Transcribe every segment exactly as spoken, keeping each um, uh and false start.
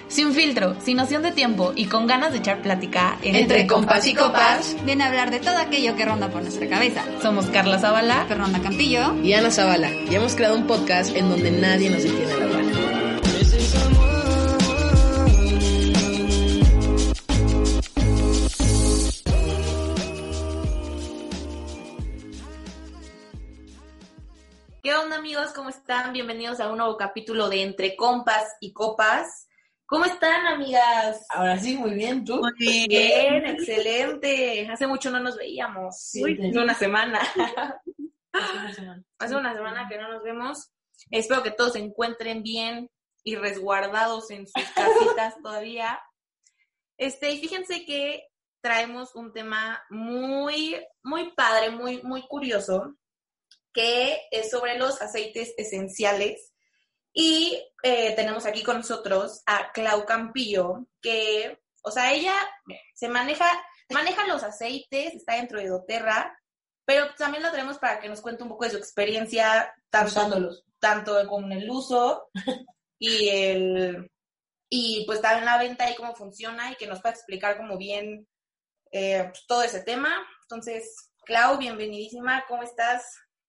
Sin filtro, sin noción de tiempo y con ganas de echar plática entre, entre compas y copas, viene a hablar de todo aquello que ronda por nuestra cabeza. Somos Carla Zavala, Fernanda Campillo y Ana Zavala, y hemos creado un podcast en donde nadie nos detiene al hablar. ¿Qué onda, amigos? ¿Cómo están? Bienvenidos a un nuevo capítulo de Entre Compas y Copas. ¿Cómo están, amigas? Ahora sí, muy bien, ¿tú? Muy bien, bien, excelente. Hace mucho no nos veíamos. Sí, Uy, hace una semana. Hace una semana. Hace una semana que no nos vemos. Espero que todos se encuentren bien y resguardados en sus casitas todavía. Este, y fíjense que traemos un tema muy, muy padre, muy, muy curioso, que es sobre los aceites esenciales. Y eh, tenemos aquí con nosotros a Clau Campillo, que, o sea, ella se maneja, maneja los aceites, está dentro de doTERRA, pero también la tenemos para que nos cuente un poco de su experiencia, tanto, tanto con el uso y el y pues también la venta y cómo funciona, y que nos pueda explicar como bien eh, pues, todo ese tema. Entonces, Clau, bienvenidísima, ¿cómo estás?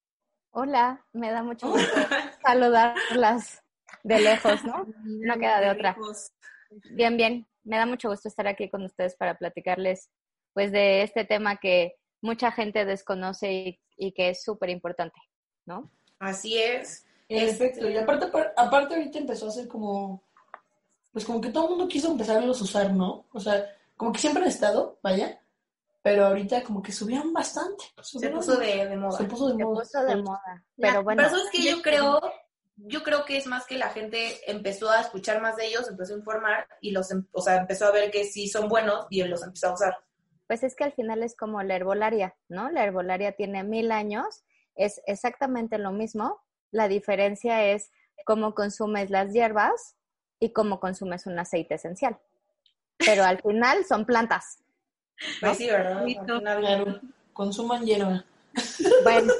Hola, me da mucho gusto saludarlas de lejos, ¿no? No queda de otra. Bien, bien, me da mucho gusto estar aquí con ustedes para platicarles pues de este tema que mucha gente desconoce y, y que es súper importante, ¿no? Así es. En este... efecto, y aparte, aparte ahorita empezó a ser como, pues como que todo el mundo quiso empezarlos a usar, ¿no? O sea, como que siempre han estado, vaya, pero ahorita como que subieron bastante. Se Subieron, puso de, de moda. Se puso de se moda. puso de moda. Pero La, bueno. Pero es que yo creo, yo creo que es más que la gente empezó a escuchar más de ellos, empezó a informar y los, o sea, empezó a ver que sí son buenos y los empezó a usar. Pues es que al final es como la herbolaria, ¿no? La herbolaria tiene mil años, es exactamente lo mismo. La diferencia es cómo consumes las hierbas y cómo consumes un aceite esencial. Pero al final son plantas, ¿no? Pues sí, ¿verdad? Claro, consuman hierba. Bueno,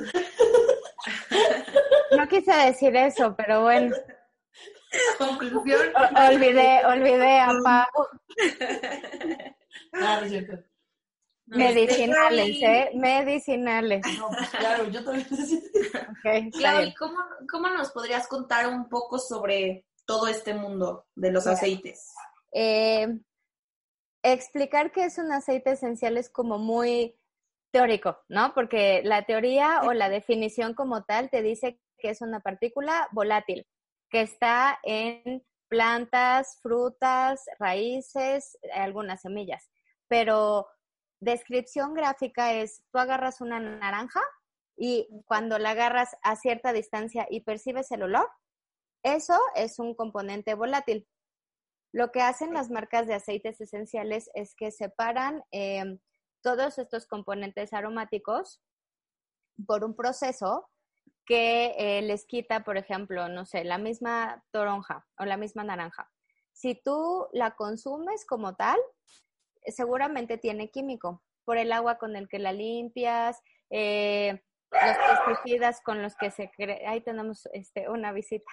no quise decir eso, pero bueno. Conclusión. O- olvidé, olvidé a Pau. Ah, no es cierto. Medicinales, ¿eh? Medicinales. No, pues claro, yo también necesito. Okay, Clau, ¿y cómo, cómo nos podrías contar un poco sobre todo este mundo de los aceites? Eh, explicar qué es un aceite esencial es como muy teórico, ¿no? Porque la teoría o la definición como tal te dice que es una partícula volátil que está en plantas, frutas, raíces, algunas semillas. Pero descripción gráfica es, tú agarras una naranja y cuando la agarras a cierta distancia y percibes el olor, eso es un componente volátil. Lo que hacen las marcas de aceites esenciales es que separan eh, todos estos componentes aromáticos por un proceso que eh, les quita, por ejemplo, no sé, la misma toronja o la misma naranja. Si tú la consumes como tal, seguramente tiene químico, por el agua con el que la limpias, eh, los pesticidas con los que se crea, ahí tenemos este, una visita,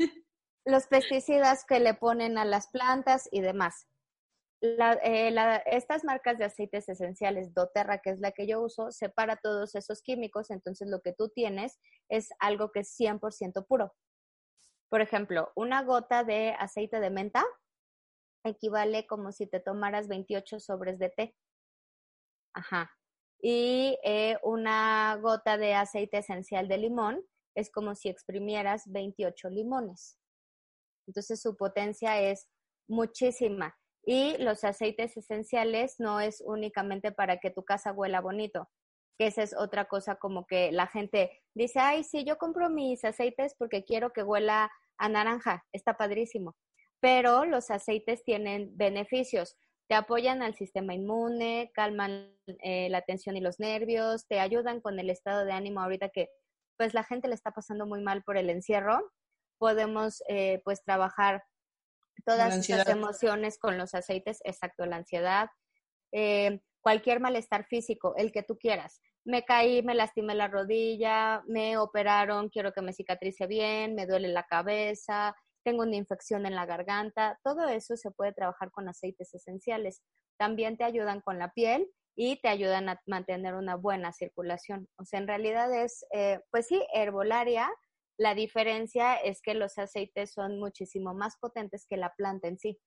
los pesticidas que le ponen a las plantas y demás. La, eh, la, estas marcas de aceites esenciales, doTERRA, que es la que yo uso, separa todos esos químicos, entonces lo que tú tienes es algo que es cien por ciento puro. Por ejemplo, una gota de aceite de menta equivale como si te tomaras veintiocho sobres de té. Ajá. Y eh, una gota de aceite esencial de limón es como si exprimieras veintiocho limones. Entonces su potencia es muchísima. Y los aceites esenciales no es únicamente para que tu casa huela bonito, que esa es otra cosa como que la gente dice, ay, sí, yo compro mis aceites porque quiero que huela a naranja, está padrísimo. Pero los aceites tienen beneficios, te apoyan al sistema inmune, calman eh, la tensión y los nervios, te ayudan con el estado de ánimo ahorita que pues la gente le está pasando muy mal por el encierro. Podemos eh, pues trabajar todas esas emociones con los aceites, exacto, la ansiedad, eh, cualquier malestar físico, el que tú quieras. Me caí, me lastimé la rodilla, me operaron, quiero que me cicatrice bien, me duele la cabeza, tengo una infección en la garganta, todo eso se puede trabajar con aceites esenciales. También te ayudan con la piel y te ayudan a mantener una buena circulación. O sea, en realidad es, eh, pues sí, herbolaria. La diferencia es que los aceites son muchísimo más potentes que la planta en sí.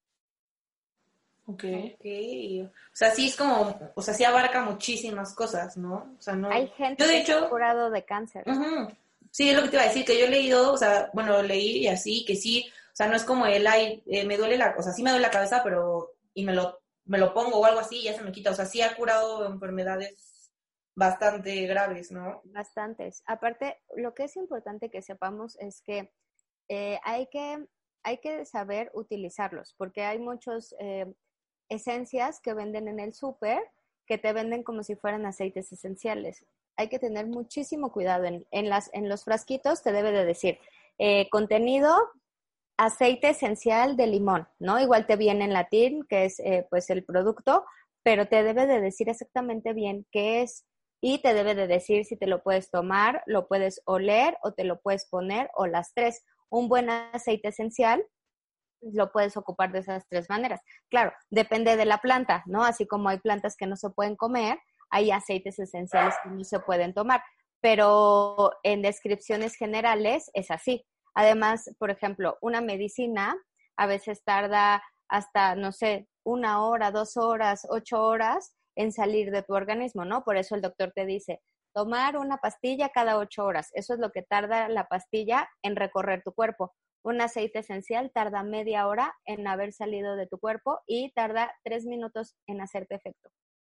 Ok. Ok. O sea, sí es como, o sea, sí abarca muchísimas cosas, ¿no? O sea, no. Hay gente Yo, de que hecho, se ha curado de cáncer. uh-huh. Sí, es lo que te iba a decir, que yo he leído, o sea, bueno, leí y así, que sí, o sea, no es como el, ay, eh, me duele la, o sea, sí me duele la cabeza, pero, y me lo, me lo pongo o algo así y ya se me quita. O sea, sí ha curado enfermedades bastante graves, ¿no? Bastantes. Aparte, lo que es importante que sepamos es que eh, hay que, hay que saber utilizarlos, porque hay muchos eh, esencias que venden en el súper que te venden como si fueran aceites esenciales. Hay que tener muchísimo cuidado. En, en, las, en los frasquitos te debe de decir eh, contenido aceite esencial de limón, ¿no? Igual te viene en latín, que es eh, pues el producto, pero te debe de decir exactamente bien qué es y te debe de decir si te lo puedes tomar, lo puedes oler o te lo puedes poner o las tres. Un buen aceite esencial lo puedes ocupar de esas tres maneras. Claro, depende de la planta, ¿no? Así como hay plantas que no se pueden comer, hay aceites esenciales que no se pueden tomar, pero en descripciones generales es así. Además, por ejemplo, una medicina a veces tarda hasta, no sé, una hora, dos horas, ocho horas en salir de tu organismo, ¿no? Por eso el doctor te dice, tomar una pastilla cada ocho horas. Eso es lo que tarda la pastilla en recorrer tu cuerpo. Un aceite esencial tarda media hora en haber salido de tu cuerpo y tarda tres minutos en hacerte efecto.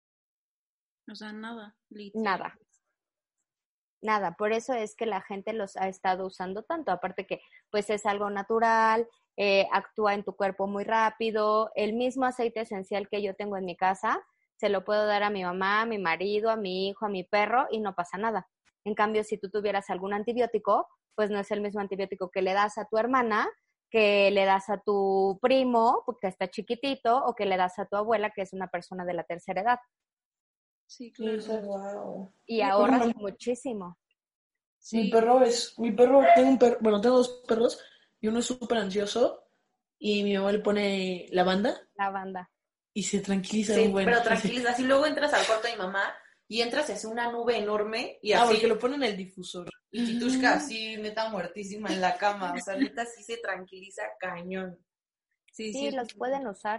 O sea, nada. Literal. Nada. Nada. Por eso es que la gente los ha estado usando tanto. Aparte que, pues, es algo natural, eh, actúa en tu cuerpo muy rápido. El mismo aceite esencial que yo tengo en mi casa, se lo puedo dar a mi mamá, a mi marido, a mi hijo, a mi perro y no pasa nada. En cambio, si tú tuvieras algún antibiótico, pues no es el mismo antibiótico que le das a tu hermana, que le das a tu primo, porque está chiquitito, o que le das a tu abuela, que es una persona de la tercera edad. Sí, claro. Sí, wow. Y ahorras muchísimo. Mi Sí. perro es, mi perro, tengo un perro, bueno, tengo dos perros y uno es súper ansioso y mi mamá le pone lavanda Lavanda. y se tranquiliza Sí, un buen. pero tranquiliza, así luego entras al cuarto de mi mamá y entras y hace una nube enorme y Ah, así. porque lo ponen en el difusor. Y Titushka así, neta muertísima en la cama. O sea, neta sí se tranquiliza cañón. Sí, Sí, sí. los pueden usar.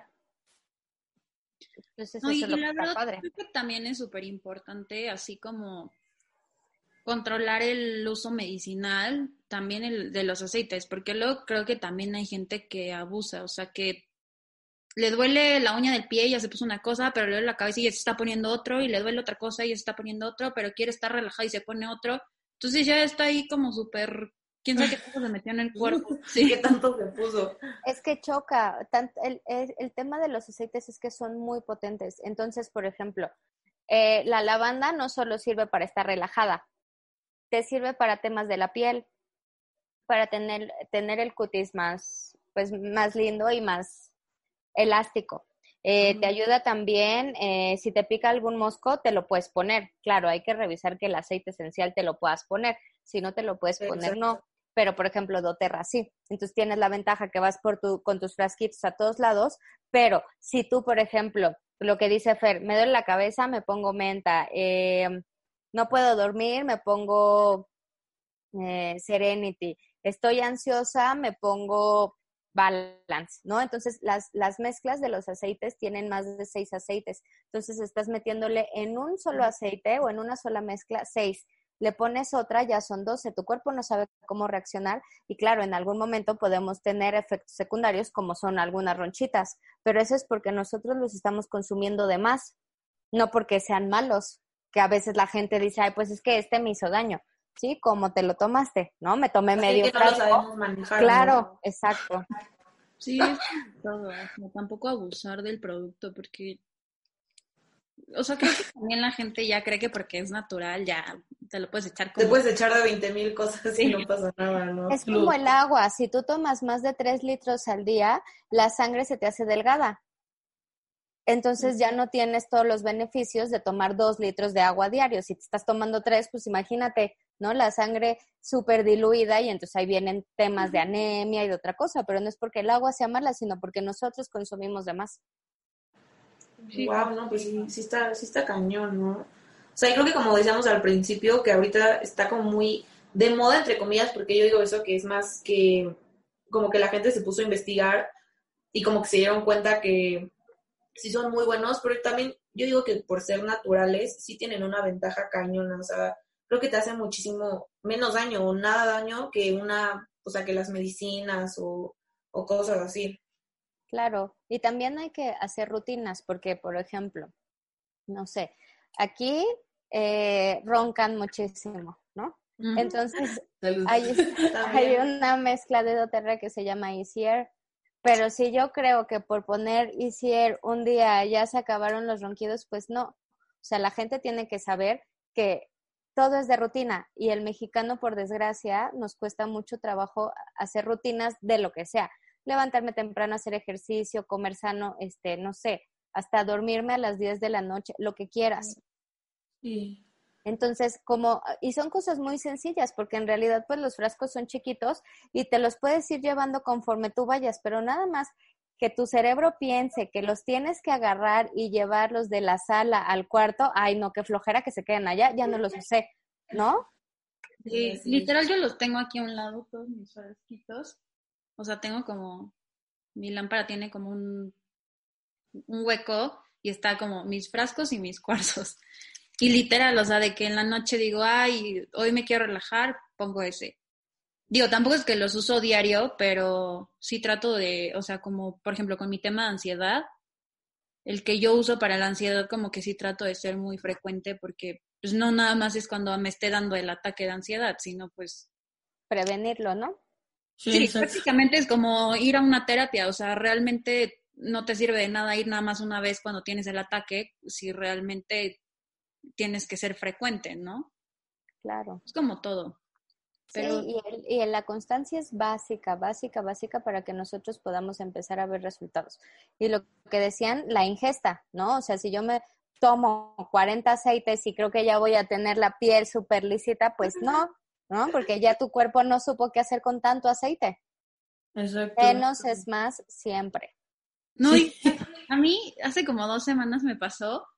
Entonces No, y, eso es y lo la que está verdad padre. creo que también es súper importante, así como controlar el uso medicinal, también el de los aceites, porque luego creo que también hay gente que abusa, o sea, que le duele la uña del pie y ya se puso una cosa, pero le duele la cabeza y ya se está poniendo otro, y le duele otra cosa y ya se está poniendo otro, pero quiere estar relajado y se pone otro. Entonces ya está ahí como súper, quién sabe qué cosa se metió en el cuerpo. Sí, que tanto se puso. Es que choca. Tant- el, el, el tema de los aceites es que son muy potentes. Entonces, por ejemplo, eh, la lavanda no solo sirve para estar relajada, te sirve para temas de la piel, para tener, tener el cutis más, pues, más lindo y más elástico. Eh, Ujú. te ayuda también, eh, si te pica algún mosco, te lo puedes poner. Claro, hay que revisar que el aceite esencial te lo puedas poner. Si no te lo puedes poner, Exacto. no. Pero, por ejemplo, doTERRA sí. Entonces tienes la ventaja que vas por tu, con tus frasquitos a todos lados, pero si tú, por ejemplo, lo que dice Fer, me duele la cabeza, me pongo menta, eh, no puedo dormir, me pongo eh, Serenity, estoy ansiosa, me pongo Balance, ¿no? Entonces, las, las mezclas de los aceites tienen más de seis aceites. Entonces, estás metiéndole en un solo aceite o en una sola mezcla seis. Le pones otra, ya son doce. Tu cuerpo no sabe cómo reaccionar y claro, en algún momento podemos tener efectos secundarios como son algunas ronchitas, pero eso es porque nosotros los estamos consumiendo de más, no porque sean malos, que a veces la gente dice, ay, pues es que este me hizo daño. Sí, como te lo tomaste, ¿no? Me tomé Así medio que no lo frasco. sabemos manejar. Claro, ¿no? exacto. Sí, es todo, como tampoco abusar del producto, porque, o sea, creo que también la gente ya cree que porque es natural ya te lo puedes echar como... Te puedes echar de veinte mil cosas y no pasa nada, ¿no? Es como el agua, si tú tomas más de tres litros al día, la sangre se te hace delgada. Entonces ya no tienes todos los beneficios de tomar dos litros de agua diario. Si te estás tomando tres, pues imagínate ¿no? La sangre súper diluida y entonces ahí vienen temas de anemia y de otra cosa, pero no es porque el agua sea mala, sino porque nosotros consumimos de más. Sí. Wow, no, pues sí, sí está, sí está cañón, ¿no? O sea, yo creo que como decíamos al principio, que ahorita está como muy de moda, entre comillas, porque yo digo eso, que es más que como que la gente se puso a investigar y como que se dieron cuenta que sí son muy buenos, pero también yo digo que por ser naturales sí tienen una ventaja cañona, o sea, creo que te hacen muchísimo menos daño o nada daño que una, o sea, que las medicinas o, o cosas así. Claro, y también hay que hacer rutinas, porque, por ejemplo, no sé, aquí eh, roncan muchísimo, ¿no? Ujú. Entonces, Salud. hay, hay una mezcla de doTERRA que se llama Easy Air, pero si yo creo que por poner Easy Air un día ya se acabaron los ronquidos, pues no. O sea, la gente tiene que saber que todo es de rutina y el mexicano, por desgracia, nos cuesta mucho trabajo hacer rutinas de lo que sea. Levantarme temprano, hacer ejercicio, comer sano, este, no sé, hasta dormirme a las diez de la noche, lo que quieras. Sí. Entonces, como, y son cosas muy sencillas, porque en realidad, pues los frascos son chiquitos y te los puedes ir llevando conforme tú vayas, pero nada más que tu cerebro piense que los tienes que agarrar y llevarlos de la sala al cuarto, ay no, qué flojera que se queden allá, ya no los usé, ¿no? Sí, literal yo los tengo aquí a un lado, todos mis frasquitos. O sea, tengo como, mi lámpara tiene como un, un hueco y está como mis frascos y mis cuarzos. Y literal, o sea, de que en la noche digo, ay, hoy me quiero relajar, pongo ese. Digo, tampoco es que los uso diario, pero sí trato de, o sea, como por ejemplo con mi tema de ansiedad, el que yo uso para la ansiedad como que sí trato de ser muy frecuente porque pues no nada más es cuando me esté dando el ataque de ansiedad, sino pues... Prevenirlo, ¿no? Sí, Sí, exacto. prácticamente es como ir a una terapia, o sea, realmente no te sirve de nada ir nada más una vez cuando tienes el ataque, si realmente tienes que ser frecuente, ¿no? Claro. Es como todo. Pero Sí, y, el, y la constancia es básica, básica, básica para que nosotros podamos empezar a ver resultados. Y lo que decían, la ingesta, ¿no? O sea, si yo me tomo cuarenta aceites y creo que ya voy a tener la piel súper lícita, pues no, ¿no? Porque ya tu cuerpo no supo qué hacer con tanto aceite. Exacto. Menos es más siempre. no, Sí. y a mí hace como dos semanas me pasó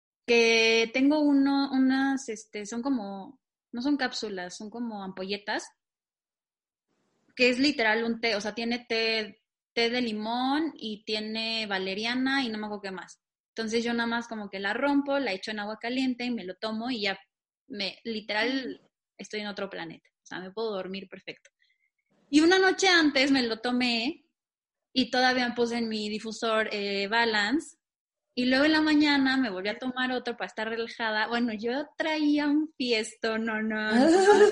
que tengo uno, unas, este, son como, no son cápsulas, son como ampolletas, que es literal un té, o sea, tiene té, té de limón y tiene valeriana y no me acuerdo qué más. Entonces yo nada más como que la rompo, la echo en agua caliente y me lo tomo y ya me, literal, estoy en otro planeta. O sea, me puedo dormir perfecto. Y una noche antes me lo tomé y todavía puse en mi difusor eh, Balance. Y luego en la mañana me volví a tomar otro para estar relajada. Bueno, yo traía un fiesto, no, no, no.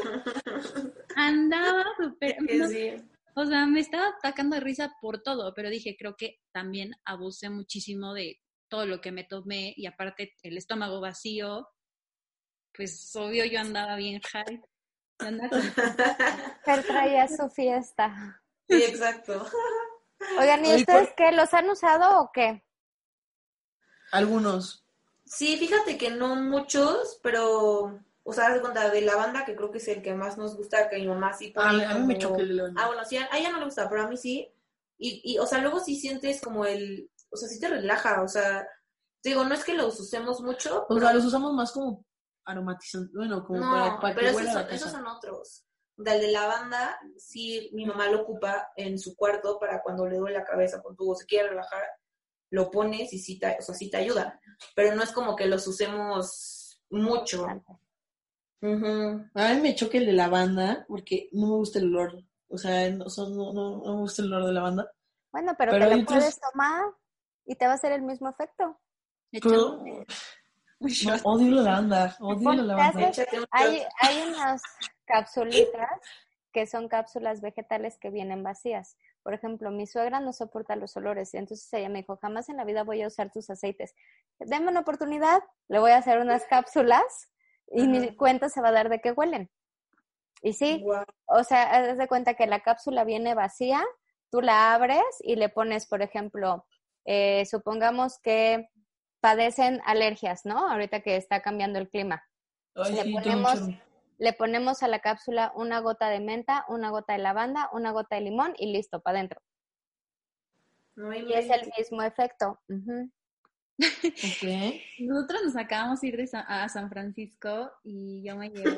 Andaba súper... No, Sí. o sea, me estaba atacando de risa por todo, pero dije, creo que también abusé muchísimo de todo lo que me tomé y aparte el estómago vacío, pues obvio yo andaba bien high. Yo andaba con... Fer traía su fiesta. Sí, exacto. Oigan, ¿y Oye, ustedes por- qué? ¿Los han usado o qué? Algunos. Sí, fíjate que no muchos, pero, o sea, haz de cuenta de lavanda, que creo que es el que más nos gusta, que mi mamá sí A, pone a mí me como... choca el de lavanda. Ah, bueno, sí, a ella no le gusta, pero a mí sí. Y, y, o sea, luego sí sientes como el... O sea, sí te relaja, o sea, digo, no es que los usemos mucho, O pero... sea, los usamos más como aromatizantes. Bueno, como para, No, para que pero esos huela son, la esos casa. son otros. Del de lavanda, sí, mi mamá lo ocupa en su cuarto para cuando le duele la cabeza, con tu se quiere relajar, lo pones y sí te, o sea, sí te ayuda. Pero no es como que los usemos mucho. Ujú. A mí me choca el de lavanda porque no me gusta el olor. O sea, no, son- no, no, no me gusta el olor de lavanda. Bueno, pero, Pero te hay lo puedes otros... tomar y te va a hacer el mismo efecto. Pero, un no, shot. odio la lavanda. Odio la Pon- te lavanda. haces, Échate un hay, shot. hay unas capsulitas que son cápsulas vegetales que vienen vacías. Por ejemplo, mi suegra no soporta los olores y entonces ella me dijo, jamás en la vida voy a usar tus aceites. Deme una oportunidad, le voy a hacer unas cápsulas y Ajá. ni cuenta se va a dar de qué huelen. Y sí, Guau. o sea, haz de cuenta que la cápsula viene vacía, tú la abres y le pones, por ejemplo, eh, supongamos que padecen alergias, ¿no? Ahorita que está cambiando el clima. Ay, Le sí, tengo un ponemos, chorro. le ponemos a la cápsula una gota de menta, una gota de lavanda, una gota de limón y listo, para adentro. No, Y es el mismo efecto. Uh-huh. Okay. Nosotros nos acabamos de ir de Sa- a San Francisco y yo me llevé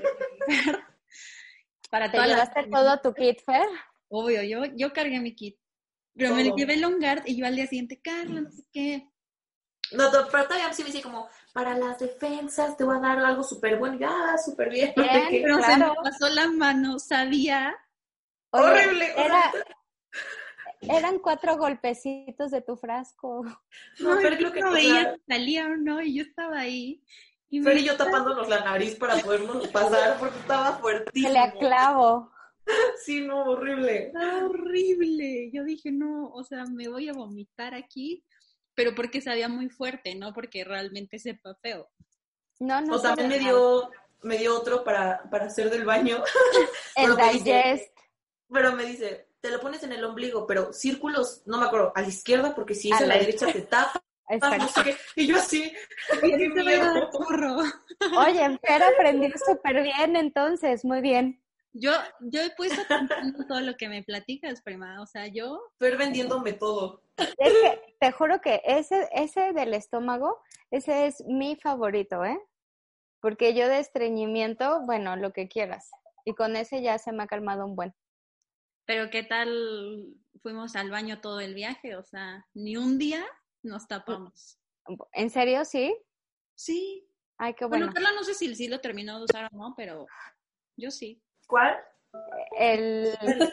para ¿Te toda llevaste la... todo tu kit, Fer? Obvio, yo, yo cargué mi kit. Pero Todo. me lo llevé el Longard y yo al día siguiente, Carla, no sé qué. No, no, pero todavía sí me dice como, para las defensas te voy a dar algo súper bueno. Ya, súper bien. no sé Bien, qué. Pero claro. se me pasó la mano, sabía. Oye, Horrible. o sea, Era, eran cuatro golpecitos de tu frasco. No, No, pero yo creo que no o veía sea, si salía o no, y yo estaba ahí. Y Fer me y yo tapándonos la nariz para podernos pasar porque estaba Se fuertísimo. le aclavo. Sí, no, horrible. estaba horrible. Yo dije, no, o sea, me voy a vomitar aquí, pero porque sabía muy fuerte, no porque realmente sepa feo. No, no O también sabe me mal. dio, me dio otro para, para hacer del baño. El Pero me dice- digest. Pero me dice, te lo pones en el ombligo, pero círculos, no me acuerdo, a la izquierda, porque si es A a la la derecha te tapa, no Exacto. sé qué. Y yo así, Y qué ahorita me iba a dar miedo. churro. Oye, Fer aprendió súper bien entonces, muy bien. Yo, yo he puesto atención a todo lo que me platicas, prima. O sea, yo, Fer vendiéndome todo. Es que te juro que ese, ese del estómago, ese es mi favorito, ¿eh? Porque yo de estreñimiento, bueno, lo que quieras. Y con ese ya se me ha calmado un buen. pero ¿qué tal fuimos al baño todo el viaje? O sea, ni un día nos tapamos. ¿En serio, sí? Sí. Ay, qué Bueno, bueno. Carla no sé si sí lo terminó de usar o no, pero yo sí. ¿Cuál? El,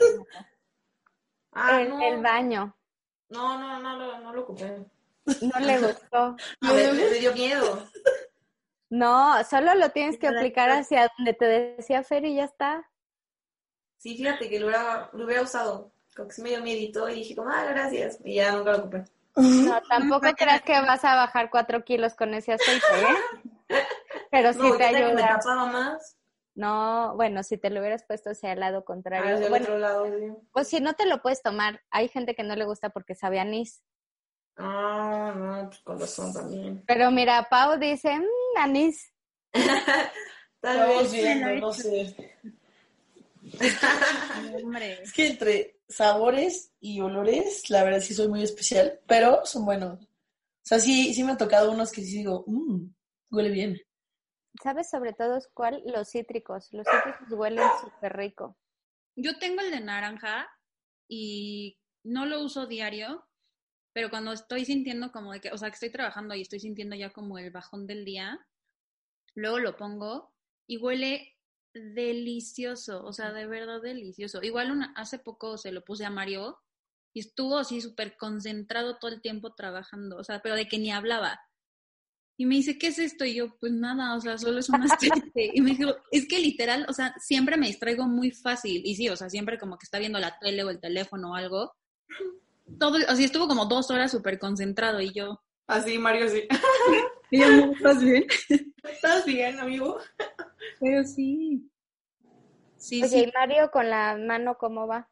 Ah, el, no. el baño. No, no, no, no, no lo ocupé. No le gustó. A ver, me, me dio miedo. No, solo lo tienes que aplicar hacia donde te decía Fer y ya está. Sí, fíjate que lo hubiera, lo hubiera usado. Como que sí me dio miedito y dije como, ah, gracias. Y ya nunca lo ocupé. No, tampoco creas que vas a bajar cuatro kilos con ese aceite, ¿eh? Pero sí No, te ¿qué tal que me ayuda. tapaba más? No, bueno, si te lo hubieras puesto hacia el lado contrario. Ah, del Bueno, otro lado, sí. pues si no te lo puedes tomar, hay gente que no le gusta porque sabe a anís. Ah, no, pues con razón también. Pero mira, Pau dice, mmm, anís. Tal Vamos vez. viendo, me lo he no hecho. sé. Hombre. Es que entre sabores y olores, la verdad sí soy muy especial, pero son buenos. O sea, sí, sí me han tocado unos que sí digo, mmm, huele bien. ¿Sabes sobre todo es cuál? Los cítricos. Los cítricos huelen súper rico. Yo tengo el de naranja y no lo uso diario, pero cuando estoy sintiendo como de que, o sea, que estoy trabajando y estoy sintiendo ya como el bajón del día, luego lo pongo y huele delicioso, o sea, de verdad delicioso. Igual una, hace poco se lo puse a Mario y estuvo así súper concentrado todo el tiempo trabajando, o sea, pero de que ni hablaba. Y me dice, ¿qué es esto? Y yo, pues nada, o sea, solo es un aceite. Y me dijo, es que literal, o sea, siempre me distraigo muy fácil. Y sí, o sea, siempre como que está viendo la tele o el teléfono o algo. Todo, así estuvo como dos horas súper concentrado y yo... Así, Mario, sí. Y yo, ¿no estás bien? ¿Estás bien, amigo? Pero sí. Sí, Oye, sí. ¿y Mario con la mano cómo va?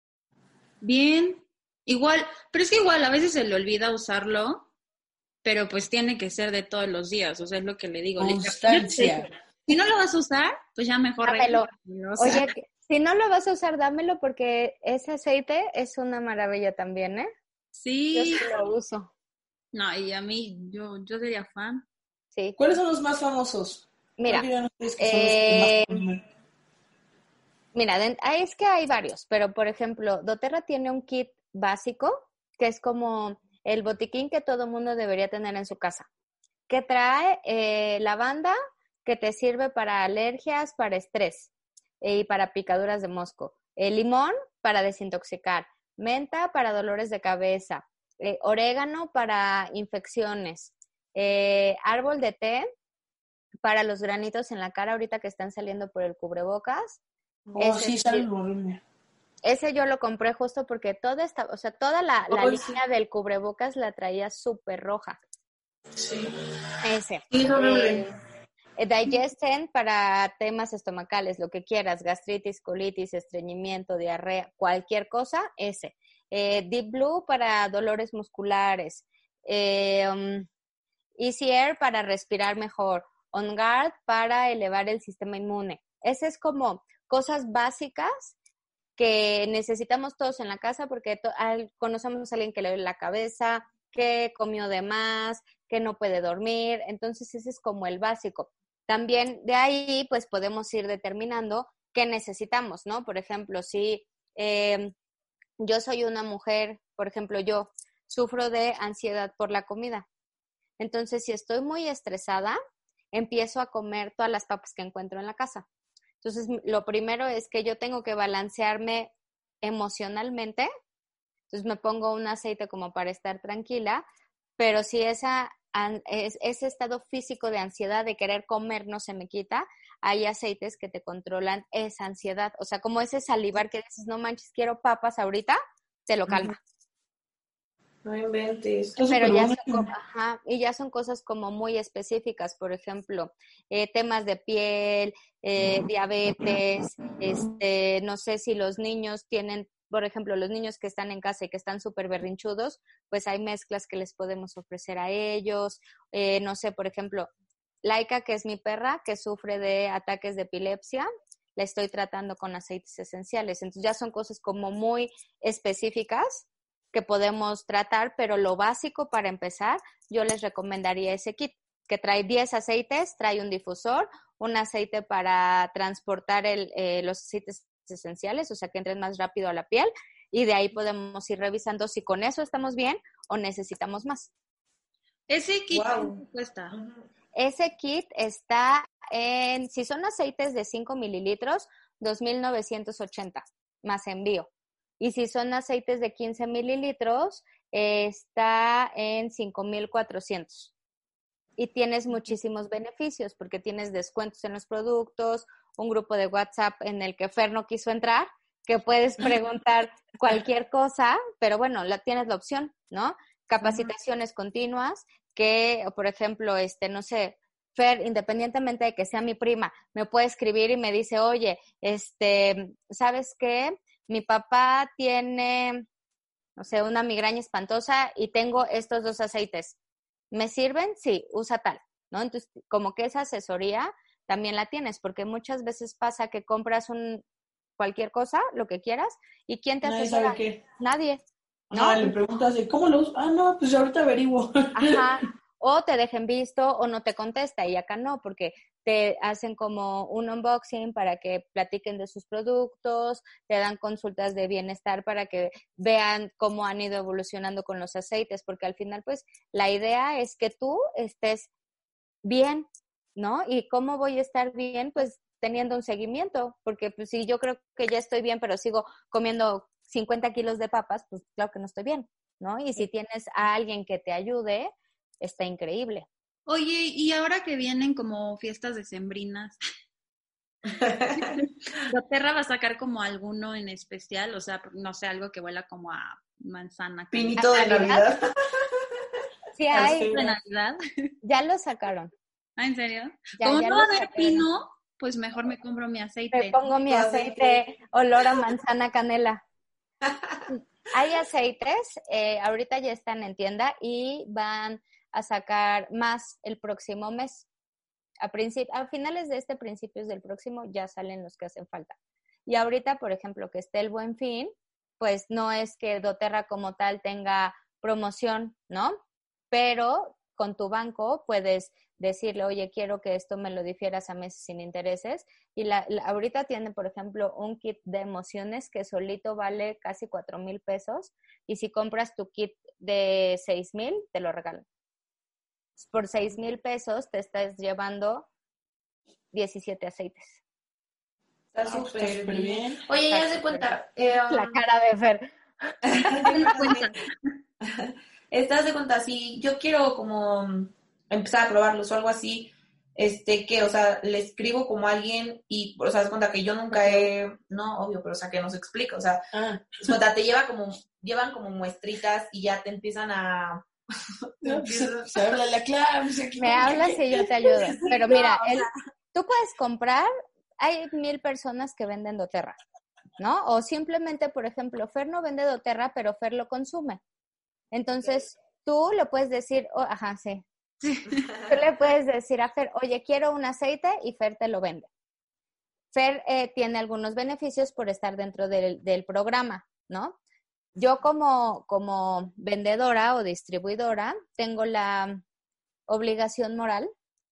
Bien. Igual, pero es que igual a veces se le olvida usarlo, pero pues tiene que ser de todos los días, o sea, es lo que le digo. Le- Constancia. Si no lo vas a usar, pues ya mejor Dámelo. regálalo, o sea. Oye, que- si no lo vas a usar, dámelo porque ese aceite es una maravilla también, ¿eh? Yo Sí. sí lo uso. No, y a mí, yo, yo sería fan. Sí. ¿Cuáles son los más famosos? Mira, ¿Cuál dirían ustedes que son eh, los que más consumen? Mira, de- ah, es que hay varios, pero por ejemplo, doTERRA tiene un kit básico que es como el botiquín que todo mundo debería tener en su casa, que trae eh, lavanda que te sirve para alergias, para estrés eh, y para picaduras de mosco, eh, limón para desintoxicar, menta para dolores de cabeza, eh, orégano para infecciones, eh, árbol de té para los granitos en la cara ahorita que están saliendo por el cubrebocas. Oh, ese sí, sí. sale horrible. Ese yo lo compré justo porque toda esta, o sea, toda la, la Ay, línea del cubrebocas la traía súper roja. Sí. Ese. Sí, es horrible. Eh, Digesten para temas estomacales, lo que quieras, gastritis, colitis, estreñimiento, diarrea, cualquier cosa, ese. Eh, Deep Blue para dolores musculares. Eh, um, Easy Air para respirar mejor. On Guard para elevar el sistema inmune. Ese es como cosas básicas que necesitamos todos en la casa porque to- al- conocemos a alguien que le duele la cabeza, que comió de más, que no puede dormir. Entonces, ese es como el básico. También de ahí, pues podemos ir determinando qué necesitamos, ¿no? Por ejemplo, si eh, yo soy una mujer, por ejemplo, yo sufro de ansiedad por la comida. Entonces, si estoy muy estresada, empiezo a comer todas las papas que encuentro en la casa. Entonces, lo primero es que yo tengo que balancearme emocionalmente. Entonces, me pongo un aceite como para estar tranquila, pero si esa, an- es- ese estado físico de ansiedad, de querer comer, no se me quita, hay aceites que te controlan esa ansiedad. O sea, como ese salivar que dices, no manches, quiero papas ahorita, te lo calma. No inventes. Está Pero súper ya bueno. son, co- ajá, y ya son cosas como muy específicas, por ejemplo, eh, temas de piel, eh, diabetes, este, no sé si los niños tienen, por ejemplo, los niños que están en casa y que están súper berrinchudos, pues hay mezclas que les podemos ofrecer a ellos, eh, no sé, por ejemplo, Laika, que es mi perra, que sufre de ataques de epilepsia, la estoy tratando con aceites esenciales, entonces ya son cosas como muy específicas que podemos tratar, pero lo básico para empezar, yo les recomendaría ese kit, que trae diez aceites, trae un difusor, un aceite para transportar el, eh, los aceites esenciales, o sea, que entren más rápido a la piel, y de ahí podemos ir revisando si con eso estamos bien o necesitamos más. Ese kit Wow. ¿cuánto cuesta? Ese kit está en, si son aceites de cinco mililitros, dos mil novecientos ochenta, más envío. Y si son aceites de quince mililitros, eh, está en cinco mil cuatrocientos. Y tienes muchísimos beneficios porque tienes descuentos en los productos, un grupo de WhatsApp en el que Fer no quiso entrar, que puedes preguntar cualquier cosa, pero bueno, la, tienes la opción, ¿no? Capacitaciones continuas, que, por ejemplo, este, no sé, Fer, independientemente de que sea mi prima, me puede escribir y me dice, oye, este, ¿sabes qué? Mi papá tiene, no sé, una migraña espantosa y tengo estos dos aceites. ¿Me sirven? Sí, usa tal, ¿no? Entonces, como que esa asesoría también la tienes, porque muchas veces pasa que compras un cualquier cosa, lo que quieras, y ¿quién te Nadie asesora? sabe qué. Nadie, ¿no? Ah, le preguntas de cómo lo uso. Ah, no, pues ahorita averiguo. Ajá, o te dejen visto o no te contesta, y acá no, porque te hacen como un unboxing para que platiquen de sus productos, te dan consultas de bienestar para que vean cómo han ido evolucionando con los aceites, porque al final, pues, la idea es que tú estés bien, ¿no? ¿Y cómo voy a estar bien? Pues teniendo un seguimiento, porque pues si yo creo que ya estoy bien, pero sigo comiendo cincuenta kilos de papas, pues claro que no estoy bien, ¿no? Y si tienes a alguien que te ayude, está increíble. Oye, y ahora que vienen como fiestas decembrinas, ¿doTERRA va a sacar como alguno en especial? O sea, no sé, algo que huela como a manzana. Pinito de ¿Navidad? Navidad. Sí, Al hay, fin. ¿De Navidad? ya lo sacaron. ¿Ah, en serio? Ya, Como ya no lo va a haber sacaron. pino, pues mejor me compro mi Me aceite. pongo mi Tu aceite olor a manzana canela. Hay aceites, eh, ahorita ya están en tienda y van a sacar más el próximo mes. A, princip- a finales de este, principios del próximo, ya salen los que hacen falta. Y ahorita, por ejemplo, que esté el Buen Fin, pues no es que doTERRA como tal tenga promoción, ¿no? Pero con tu banco puedes decirle, oye, quiero que esto me lo difieras a meses sin intereses. Y la, la- ahorita tienen, por ejemplo, un kit de emociones que solito vale casi cuatro mil pesos. Y si compras tu kit de seis mil, te lo regalan. Por seis mil pesos te estás llevando diecisiete aceites. Está Ah, pues, está súper súper bien. bien. Oye, ya Está se súper cuenta. eh, La um, cara de Fer. Una cuenta. Estás de cuenta, si yo quiero como mm, empezar a probarlos o algo así, este, que, o sea, le escribo como a alguien y, o sea, das cuenta que yo nunca he, no, obvio, pero, o sea, que nos explica, o sea, Ah, das cuenta, te lleva como, llevan como muestritas y ya te empiezan a, te no, pues, empiezan- se habla la clave. O sea, que Me como que- hablas y yo te ayudo. Pero No, mira, o el- sea, tú puedes comprar, hay mil personas que venden doTERRA, ¿no? O simplemente, por ejemplo, Fer no vende doTERRA, pero Fer lo consume. Entonces, tú le puedes decir, oh, ajá, sí. Tú le puedes decir a Fer, oye, quiero un aceite y Fer te lo vende. Fer eh, tiene algunos beneficios por estar dentro del, del programa, ¿no? Yo como, como vendedora o distribuidora tengo la obligación moral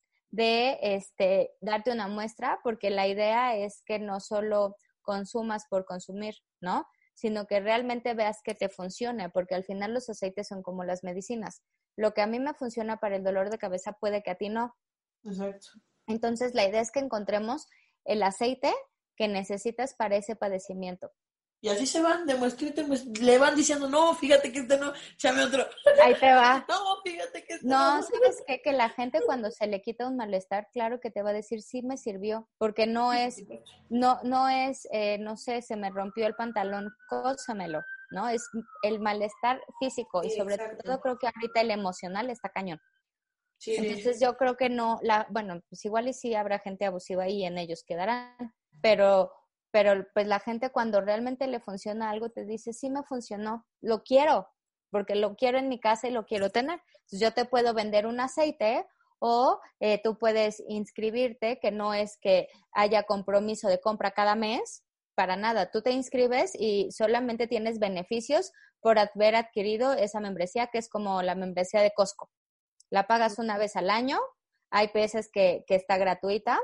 de este, darte una muestra, porque la idea es que no solo consumas por consumir, ¿no? Sino que realmente veas que te funcione, porque al final los aceites son como las medicinas. Lo que a mí me funciona para el dolor de cabeza puede que a ti no. Exacto. Entonces, la idea es que encontremos el aceite que necesitas para ese padecimiento. Y así se van, de muestrita, le van diciendo, no, fíjate que este no, échame otro. Ahí te va. No, fíjate que este No, no. ¿sabes qué? Que la gente cuando se le quita un malestar, claro que te va a decir, sí me sirvió, porque no es, no, no es, eh, no sé, se me rompió el pantalón, cósamelo, ¿no? Es el malestar físico y Sí, sobre exacto. todo creo que ahorita el emocional está cañón. Sí, Entonces yo creo que no, la, bueno, pues igual y sí habrá gente abusiva y en ellos quedarán, pero, pero pues la gente cuando realmente le funciona algo te dice, sí me funcionó, lo quiero, porque lo quiero en mi casa y lo quiero tener. Entonces yo te puedo vender un aceite o eh, tú puedes inscribirte, que no es que haya compromiso de compra cada mes, para nada, tú te inscribes y solamente tienes beneficios por haber adquirido esa membresía, que es como la membresía de Costco. La pagas una vez al año, hay veces que, que está gratuita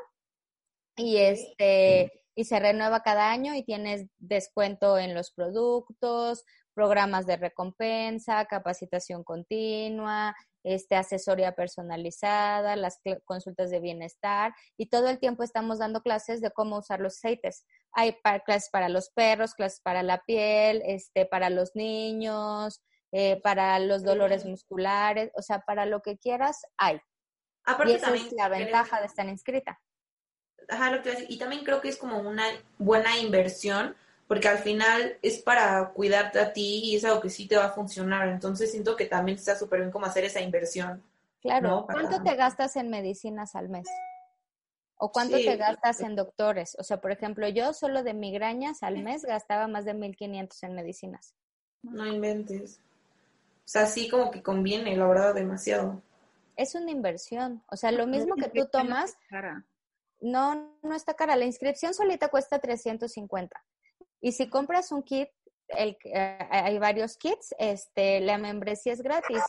y este y se renueva cada año y tienes descuento en los productos, programas de recompensa, capacitación continua, este asesoría personalizada, las consultas de bienestar y todo el tiempo estamos dando clases de cómo usar los aceites. Hay para, clases para los perros, clases para la piel, este para los niños, Eh, para los dolores musculares, o sea, para lo que quieras hay. Aparte y esa también es la creo- ventaja de estar inscrita. Ajá, lo que iba a decir. Y también creo que es como una buena inversión, porque al final es para cuidarte a ti y es algo que sí te va a funcionar. Entonces siento que también está súper bien como hacer esa inversión, Claro. ¿no? Para- ¿Cuánto te gastas en medicinas al mes? ¿O cuánto Sí. te gastas en doctores? O sea, por ejemplo, yo solo de migrañas al mes gastaba más de mil quinientos en medicinas. No inventes. O sea, sí como que conviene, la verdad, demasiado. Es una inversión. O sea, lo mismo que tú tomas, Cara. no, no está cara. La inscripción solita cuesta trescientos cincuenta. Y si compras un kit, el, eh, hay varios kits, este, la membresía es gratis.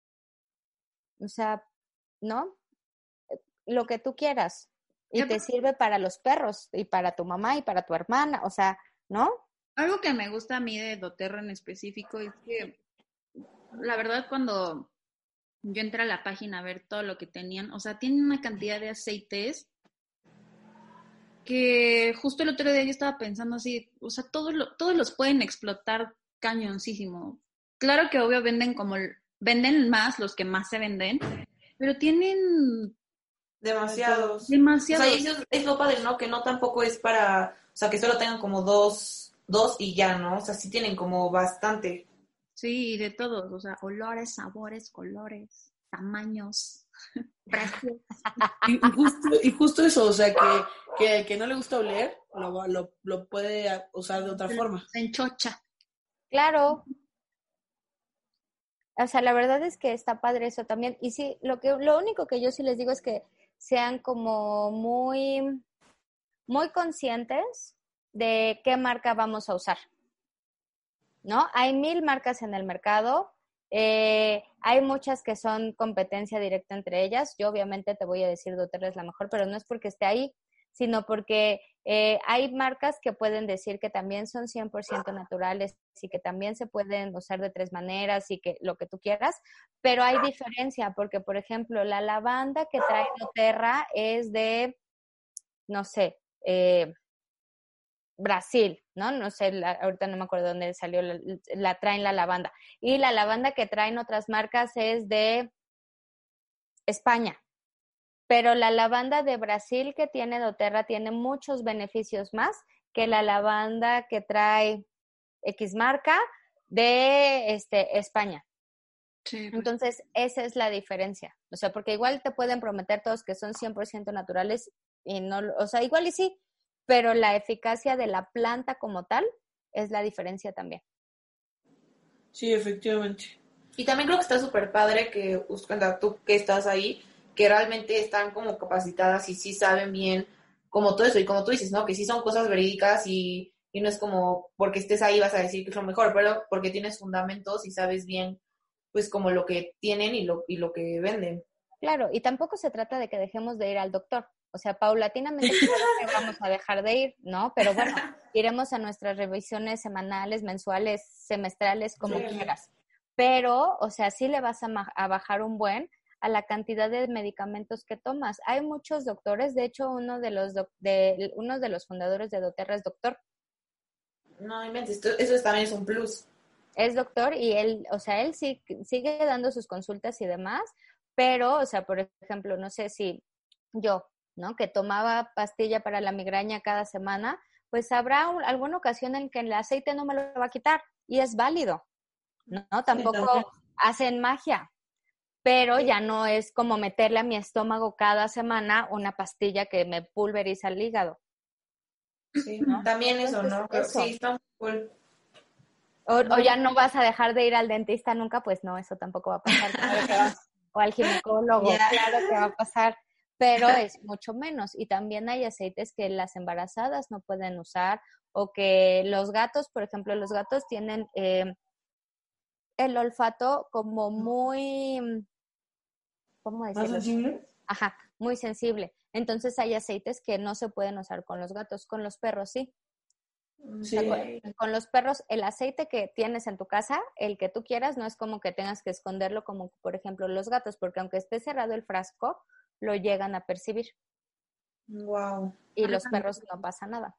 O sea, ¿no? Lo que tú quieras. Y Ya, te pues- sirve para los perros, y para tu mamá, y para tu hermana. O sea, ¿no? Algo que me gusta a mí de doTERRA en específico es que, la verdad, cuando yo entré a la página a ver todo lo que tenían, o sea, tienen una cantidad de aceites que justo el otro día yo estaba pensando así, o sea, todos, lo, todos los pueden explotar cañoncísimo. Claro que obvio venden como, el- venden más los que más se venden, pero tienen Demasiados. demasiados. O sea, y eso es, es lo padre, ¿no? Que no tampoco es para, o sea, que solo tengan como dos, dos y ya, ¿no? O sea, sí tienen como bastante. Sí, de todos, o sea, olores, sabores, colores, tamaños, precios. Y, y justo, y justo eso, o sea, que, que el que no le gusta oler, lo, lo, lo puede usar de otra forma. Se enchocha. Claro. O sea, la verdad es que está padre eso también. Y sí, lo que, lo único que yo sí les digo es que sean como muy, muy conscientes de qué marca vamos a usar, ¿no? Hay mil marcas en el mercado, eh, hay muchas que son competencia directa entre ellas. Yo obviamente te voy a decir doTERRA es la mejor, pero no es porque esté ahí, sino porque eh, hay marcas que pueden decir que también son cien por ciento naturales y que también se pueden usar de tres maneras y que lo que tú quieras, pero hay diferencia porque, por ejemplo, la lavanda que trae doTERRA es de, no sé, eh, Brasil, ¿no? No sé, la, ahorita no me acuerdo dónde salió, la, la traen la lavanda. Y la lavanda que traen otras marcas es de España. Pero la lavanda de Brasil que tiene doTERRA tiene muchos beneficios más que la lavanda que trae X marca de este, España. Sí, pues. Entonces, esa es la diferencia. O sea, porque igual te pueden prometer todos que son cien por ciento naturales y no, o sea, igual y sí, pero la eficacia de la planta como tal es la diferencia también. Sí, efectivamente. Y también creo que está súper padre que, pues, cuando tú que estás ahí, que realmente están como capacitadas y sí saben bien como todo eso, y como tú dices, ¿no? Que sí son cosas verídicas y, y no es como porque estés ahí vas a decir que es lo mejor, pero porque tienes fundamentos y sabes bien, pues, como lo que tienen y lo, y lo que venden. Claro, y tampoco se trata de que dejemos de ir al doctor. O sea, paulatinamente claro que vamos a dejar de ir, ¿no? Pero bueno, iremos a nuestras revisiones semanales, mensuales, semestrales, como Sí. quieras. Pero, o sea, sí le vas a, ma- a bajar un buen a la cantidad de medicamentos que tomas. Hay muchos doctores, de hecho, uno de los doc- de uno de los fundadores de doTERRA es doctor. No inventes, esto- eso también es un plus. Es doctor y él, o sea, él sí sigue dando sus consultas y demás, pero, o sea, por ejemplo, no sé si yo, ¿no? Que tomaba pastilla para la migraña cada semana, pues habrá un- alguna ocasión en que el aceite no me lo va a quitar y es válido, ¿no? Tampoco también. hacen magia, pero Sí. ya no es como meterle a mi estómago cada semana una pastilla que me pulveriza el hígado. Sí, también eso, Entonces, ¿no? Pero eso. sí, está muy cool. O, o ya no vas a dejar de ir al dentista nunca, pues no, eso tampoco va a pasar. Claro que va. O al ginecólogo, Ya. claro que va a pasar, pero es mucho menos. Y también hay aceites que las embarazadas no pueden usar o que los gatos, por ejemplo, los gatos tienen eh, el olfato como muy, ¿cómo ¿Más decirlo? sensible? Ajá, muy sensible. Entonces hay aceites que no se pueden usar con los gatos, con los perros sí. Sí. O sea, con, con los perros, el aceite que tienes en tu casa, el que tú quieras, no es como que tengas que esconderlo como, por ejemplo, los gatos, porque aunque esté cerrado el frasco, lo llegan a percibir. Wow. Y los perros no pasa nada.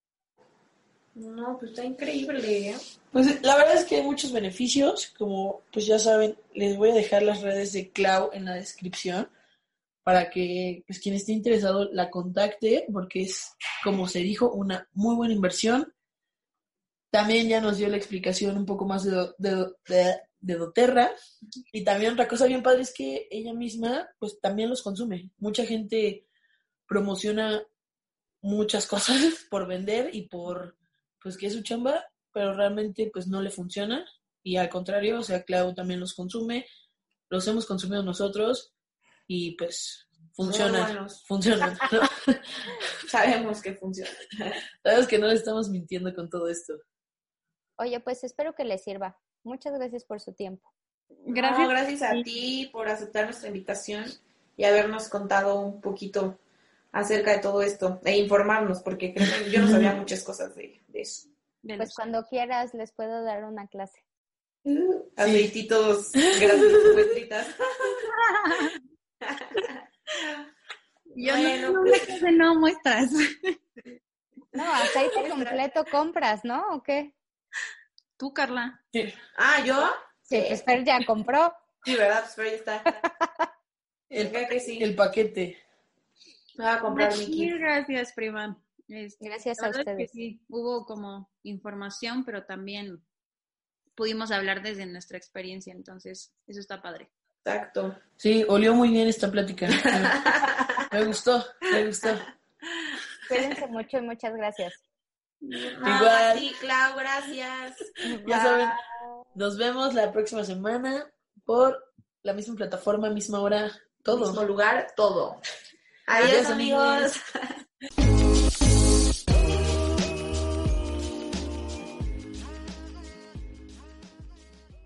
No, pues está increíble, ¿eh? Pues la verdad es que hay muchos beneficios, como pues ya saben, les voy a dejar las redes de Clau en la descripción para que pues quien esté interesado la contacte, porque es, como se dijo, una muy buena inversión. También ya nos dio la explicación un poco más de, do- de, do- de, de doTERRA, y también otra cosa bien padre es que ella misma pues también los consume. Mucha gente promociona muchas cosas por vender y por pues que es su chamba, pero realmente pues no le funciona, y al contrario, o sea, Clau también los consume, los hemos consumido nosotros y pues funcionan, Muy buenos. funcionan, ¿no? Sabemos que funciona. Sabes que no le estamos mintiendo con todo esto. Oye, pues espero que les sirva. Muchas gracias por su tiempo. Gracias. No, gracias a ti por aceptar nuestra invitación y habernos contado un poquito acerca de todo esto e informarnos, porque créeme, yo no sabía muchas cosas de, de eso. De Pues los- cuando quieras les puedo dar una clase. Aceititos grandes, muestritas. Yo Bueno, no, no, pues, clase no muestras. No, aceite completo compras, ¿no? ¿O qué? Tú, Carla. ah, ¿yo? Sí, pues Fer ya compró. Sí, ¿verdad? Pues por ahí está. El, Venga que sí. el paquete. Me voy a comprar mi kit. Mil gracias, prima. Este, Gracias la a verdad es que ustedes. sí, hubo como información, pero también pudimos hablar desde nuestra experiencia, entonces eso está padre. Exacto. Sí, olió muy bien esta plática. Me, me gustó, me gustó. Cuídense mucho y muchas gracias. No, Igual. a ti, Clau, gracias. Ya saben, nos vemos la próxima semana por la misma plataforma, misma hora, todo. Mismo lugar, todo. Adiós, Adiós, amigos. amigos.